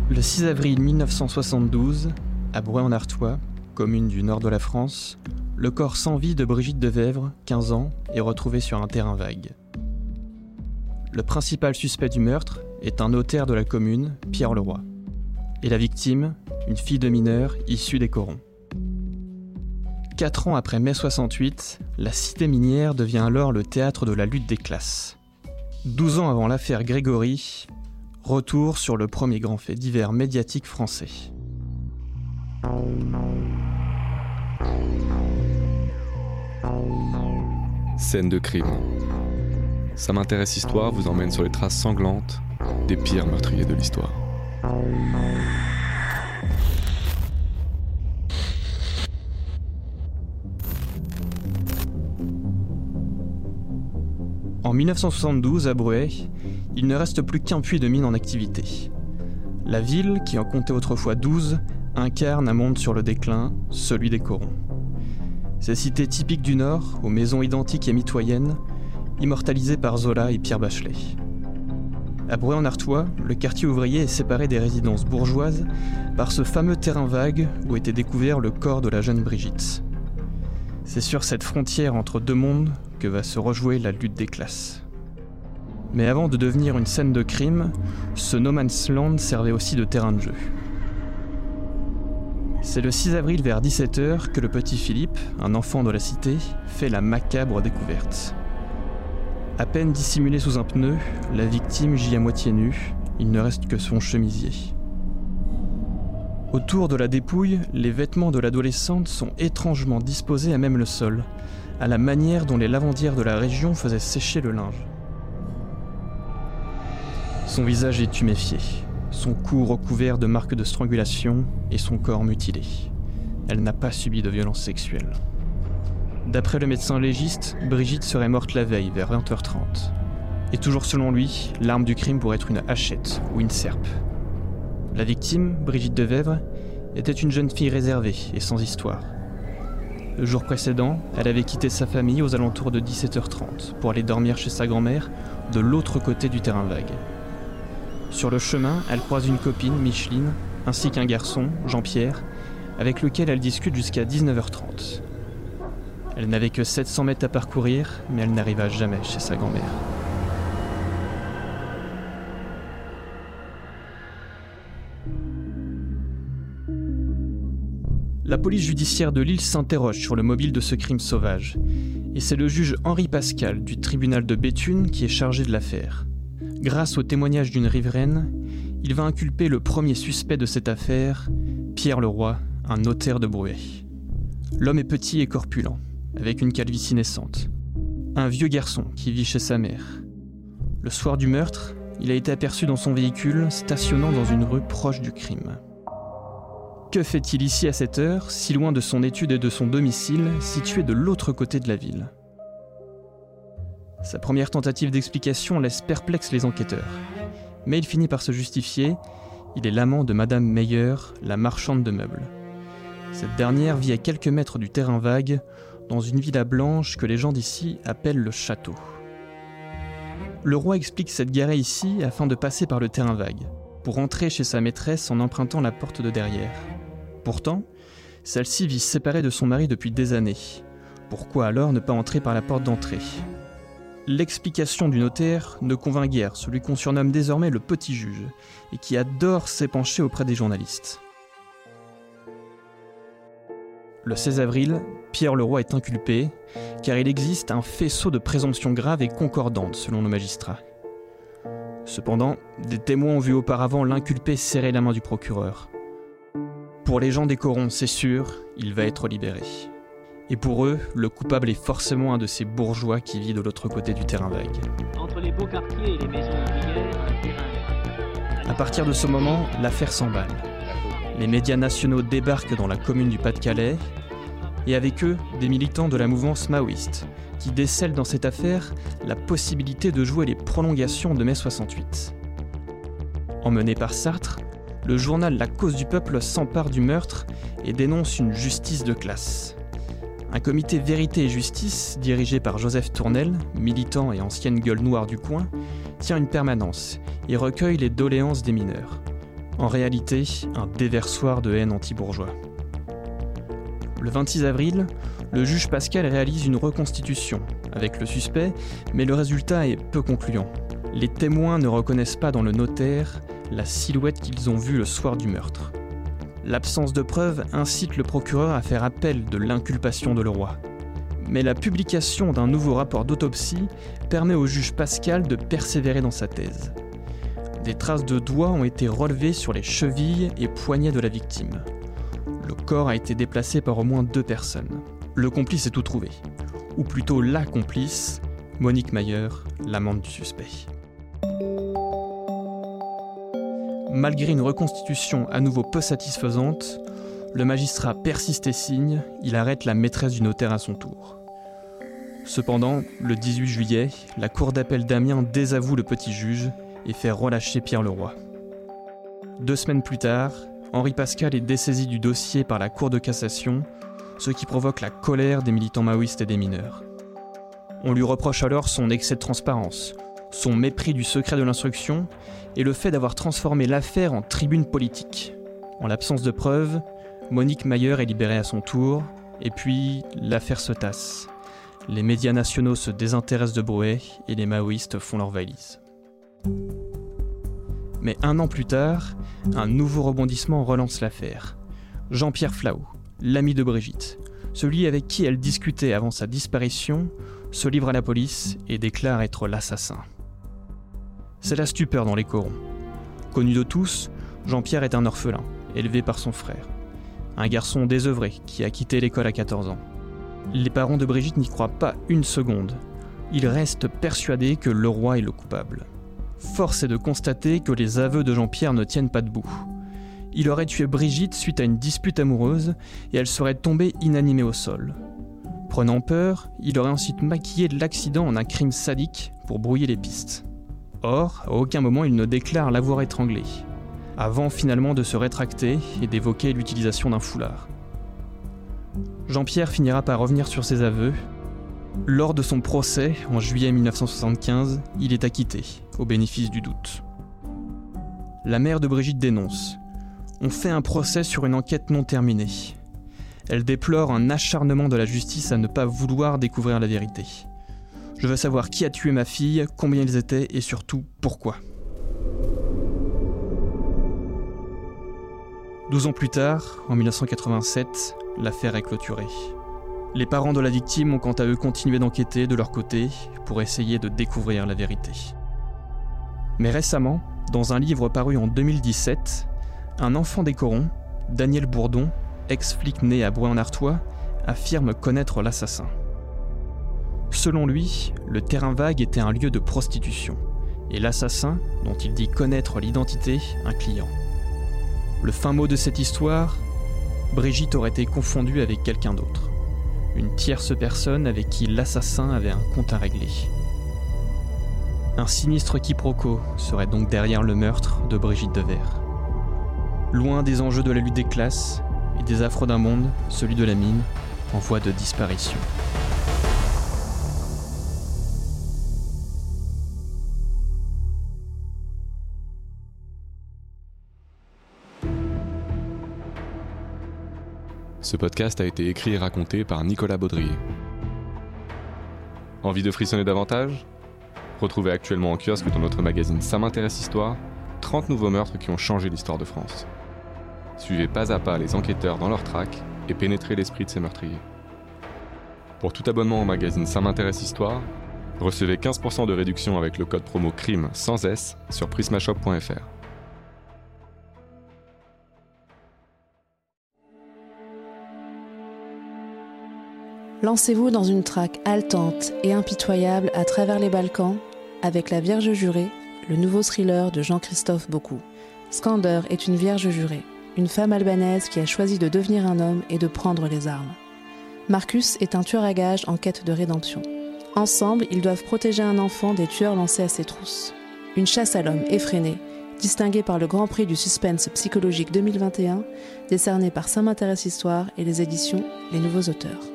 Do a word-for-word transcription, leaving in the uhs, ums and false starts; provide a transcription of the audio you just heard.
Le six avril mille neuf cent soixante-douze, à Brouet-en-Artois, commune du nord de la France, le corps sans vie de Brigitte Devèvre, quinze ans, est retrouvé sur un terrain vague. Le principal suspect du meurtre est un notaire de la commune, Pierre Leroy. Et la victime, une fille de mineur issue des corons. Quatre ans après mai soixante-huit, la cité minière devient alors le théâtre de la lutte des classes. Douze ans avant l'affaire Grégory, retour sur le premier grand fait divers médiatique français. Scène de crime. Ça m'intéresse Histoire vous emmène sur les traces sanglantes des pires meurtriers de l'histoire. En mille neuf cent soixante-douze, à Brouet, il ne reste plus qu'un puits de mine en activité. La ville, qui en comptait autrefois douze, incarne un monde sur le déclin, celui des corons. Ces cités typiques du Nord, aux maisons identiques et mitoyennes, immortalisées par Zola et Pierre Bachelet. À Brouet-en-Artois, le quartier ouvrier est séparé des résidences bourgeoises par ce fameux terrain vague où était découvert le corps de la jeune Brigitte. C'est sur cette frontière entre deux mondes que va se rejouer la lutte des classes. Mais avant de devenir une scène de crime, ce no man's land servait aussi de terrain de jeu. C'est le six avril vers dix-sept heures que le petit Philippe, un enfant de la cité, fait la macabre découverte. À peine dissimulé sous un pneu, la victime gît à moitié nue, il ne reste que son chemisier. Autour de la dépouille, les vêtements de l'adolescente sont étrangement disposés à même le sol, à la manière dont les lavandières de la région faisaient sécher le linge. Son visage est tuméfié, son cou recouvert de marques de strangulation et son corps mutilé. Elle n'a pas subi de violence sexuelle. D'après le médecin légiste, Brigitte serait morte la veille, vers vingt heures trente. Et toujours selon lui, l'arme du crime pourrait être une hachette ou une serpe. La victime, Brigitte Devèvre, était une jeune fille réservée et sans histoire. Le jour précédent, elle avait quitté sa famille aux alentours de dix-sept heures trente pour aller dormir chez sa grand-mère de l'autre côté du terrain vague. Sur le chemin, elle croise une copine, Micheline, ainsi qu'un garçon, Jean-Pierre, avec lequel elle discute jusqu'à dix-neuf heures trente. Elle n'avait que sept cents mètres à parcourir, mais elle n'arriva jamais chez sa grand-mère. La police judiciaire de Lille s'interroge sur le mobile de ce crime sauvage, et c'est le juge Henri Pascal du tribunal de Béthune qui est chargé de l'affaire. Grâce au témoignage d'une riveraine, il va inculper le premier suspect de cette affaire, Pierre Leroy, un notaire de Brouet. L'homme est petit et corpulent, avec une calvitie naissante. Un vieux garçon qui vit chez sa mère. Le soir du meurtre, il a été aperçu dans son véhicule, stationnant dans une rue proche du crime. Que fait-il ici à cette heure, si loin de son étude et de son domicile, situé de l'autre côté de la ville ? Sa première tentative d'explication laisse perplexes les enquêteurs. Mais il finit par se justifier, il est l'amant de Madame Meyer, la marchande de meubles. Cette dernière vit à quelques mètres du terrain vague, dans une villa blanche que les gens d'ici appellent le château. Le roi explique s'être garé ici afin de passer par le terrain vague, pour entrer chez sa maîtresse en empruntant la porte de derrière. Pourtant, celle-ci vit séparée de son mari depuis des années. Pourquoi alors ne pas entrer par la porte d'entrée ? L'explication du notaire ne convainc guère celui qu'on surnomme désormais le petit juge, et qui adore s'épancher auprès des journalistes. Le seize avril, Pierre Leroy est inculpé, car il existe un faisceau de présomptions graves et concordantes selon le magistrat. Cependant, des témoins ont vu auparavant l'inculpé serrer la main du procureur. Pour les gens des corons, c'est sûr, il va être libéré. Et pour eux, le coupable est forcément un de ces bourgeois qui vit de l'autre côté du terrain vague. Entre les beaux quartiers et les maisons ouvrières, un terrain. À partir de ce moment, l'affaire s'emballe. Les médias nationaux débarquent dans la commune du Pas-de-Calais, et avec eux, des militants de la mouvance maoïste, qui décèlent dans cette affaire la possibilité de jouer les prolongations de mai soixante-huit. Emmené par Sartre, le journal La Cause du Peuple s'empare du meurtre et dénonce une justice de classe. Un comité Vérité et Justice, dirigé par Joseph Tournel, militant et ancienne gueule noire du coin, tient une permanence et recueille les doléances des mineurs. En réalité, un déversoir de haine anti-bourgeois. Le vingt-six avril, le juge Pascal réalise une reconstitution avec le suspect, mais le résultat est peu concluant. Les témoins ne reconnaissent pas dans le notaire la silhouette qu'ils ont vue le soir du meurtre. L'absence de preuves incite le procureur à faire appel de l'inculpation de Leroy. Mais la publication d'un nouveau rapport d'autopsie permet au juge Pascal de persévérer dans sa thèse. Des traces de doigts ont été relevées sur les chevilles et poignets de la victime. Le corps a été déplacé par au moins deux personnes. Le complice est tout trouvé. Ou plutôt la complice, Monique Mayer, l'amante du suspect. Malgré une reconstitution à nouveau peu satisfaisante, le magistrat persiste et signe, il arrête la maîtresse du notaire à son tour. Cependant, le dix-huit juillet, la cour d'appel d'Amiens désavoue le petit juge et fait relâcher Pierre Leroy. Deux semaines plus tard, Henri Pascal est dessaisi du dossier par la Cour de cassation, ce qui provoque la colère des militants maoïstes et des mineurs. On lui reproche alors son excès de transparence, son mépris du secret de l'instruction et le fait d'avoir transformé l'affaire en tribune politique. En l'absence de preuves, Monique Mayer est libérée à son tour, et puis l'affaire se tasse. Les médias nationaux se désintéressent de Bruet et les maoïstes font leur valise. Mais un an plus tard, un nouveau rebondissement relance l'affaire. Jean-Pierre Flahault, l'ami de Brigitte, celui avec qui elle discutait avant sa disparition, se livre à la police et déclare être l'assassin. C'est la stupeur dans les corons. Connu de tous, Jean-Pierre est un orphelin, élevé par son frère. Un garçon désœuvré qui a quitté l'école à quatorze ans. Les parents de Brigitte n'y croient pas une seconde. Ils restent persuadés que Leroy est le coupable. Force est de constater que les aveux de Jean-Pierre ne tiennent pas debout. Il aurait tué Brigitte suite à une dispute amoureuse et elle serait tombée inanimée au sol. Prenant peur, il aurait ensuite maquillé l'accident en un crime sadique pour brouiller les pistes. Or, à aucun moment il ne déclare l'avoir étranglée, avant finalement de se rétracter et d'évoquer l'utilisation d'un foulard. Jean-Pierre finira par revenir sur ses aveux. Lors de son procès, en juillet dix-neuf cent soixante-quinze, il est acquitté, au bénéfice du doute. La mère de Brigitte dénonce. On fait un procès sur une enquête non terminée. Elle déplore un acharnement de la justice à ne pas vouloir découvrir la vérité. Je veux savoir qui a tué ma fille, combien ils étaient et surtout pourquoi. Douze ans plus tard, en dix-neuf cent quatre-vingt-sept, l'affaire est clôturée. Les parents de la victime ont quant à eux continué d'enquêter de leur côté pour essayer de découvrir la vérité. Mais récemment, dans un livre paru en deux mille dix-sept, un enfant des corons, Daniel Bourdon, ex-flic né à Brouet-en-Artois, affirme connaître l'assassin. Selon lui, le terrain vague était un lieu de prostitution, et l'assassin, dont il dit connaître l'identité, un client. Le fin mot de cette histoire, Brigitte aurait été confondue avec quelqu'un d'autre. Une tierce personne avec qui l'assassin avait un compte à régler. Un sinistre quiproquo serait donc derrière le meurtre de Brigitte Devers. Loin des enjeux de la lutte des classes et des affres d'un monde, celui de la mine, en voie de disparition. Ce podcast a été écrit et raconté par Nicolas Baudrier. Envie de frissonner davantage ? Retrouvez actuellement en kiosque dans notre magazine Ça m'intéresse Histoire, trente nouveaux meurtres qui ont changé l'histoire de France. Suivez pas à pas les enquêteurs dans leur traque et pénétrez l'esprit de ces meurtriers. Pour tout abonnement au magazine Ça m'intéresse Histoire, recevez quinze pour cent de réduction avec le code promo CRIME sans S sur prismashop point f r. Lancez-vous dans une traque haletante et impitoyable à travers les Balkans avec La Vierge jurée, le nouveau thriller de Jean-Christophe Beaucou. Skander est une vierge jurée, une femme albanaise qui a choisi de devenir un homme et de prendre les armes. Marcus est un tueur à gages en quête de rédemption. Ensemble, ils doivent protéger un enfant des tueurs lancés à ses trousses. Une chasse à l'homme effrénée, distinguée par le Grand Prix du suspense psychologique deux mille vingt et un, décerné par Ça m'intéresse Histoire et les éditions Les Nouveaux Auteurs.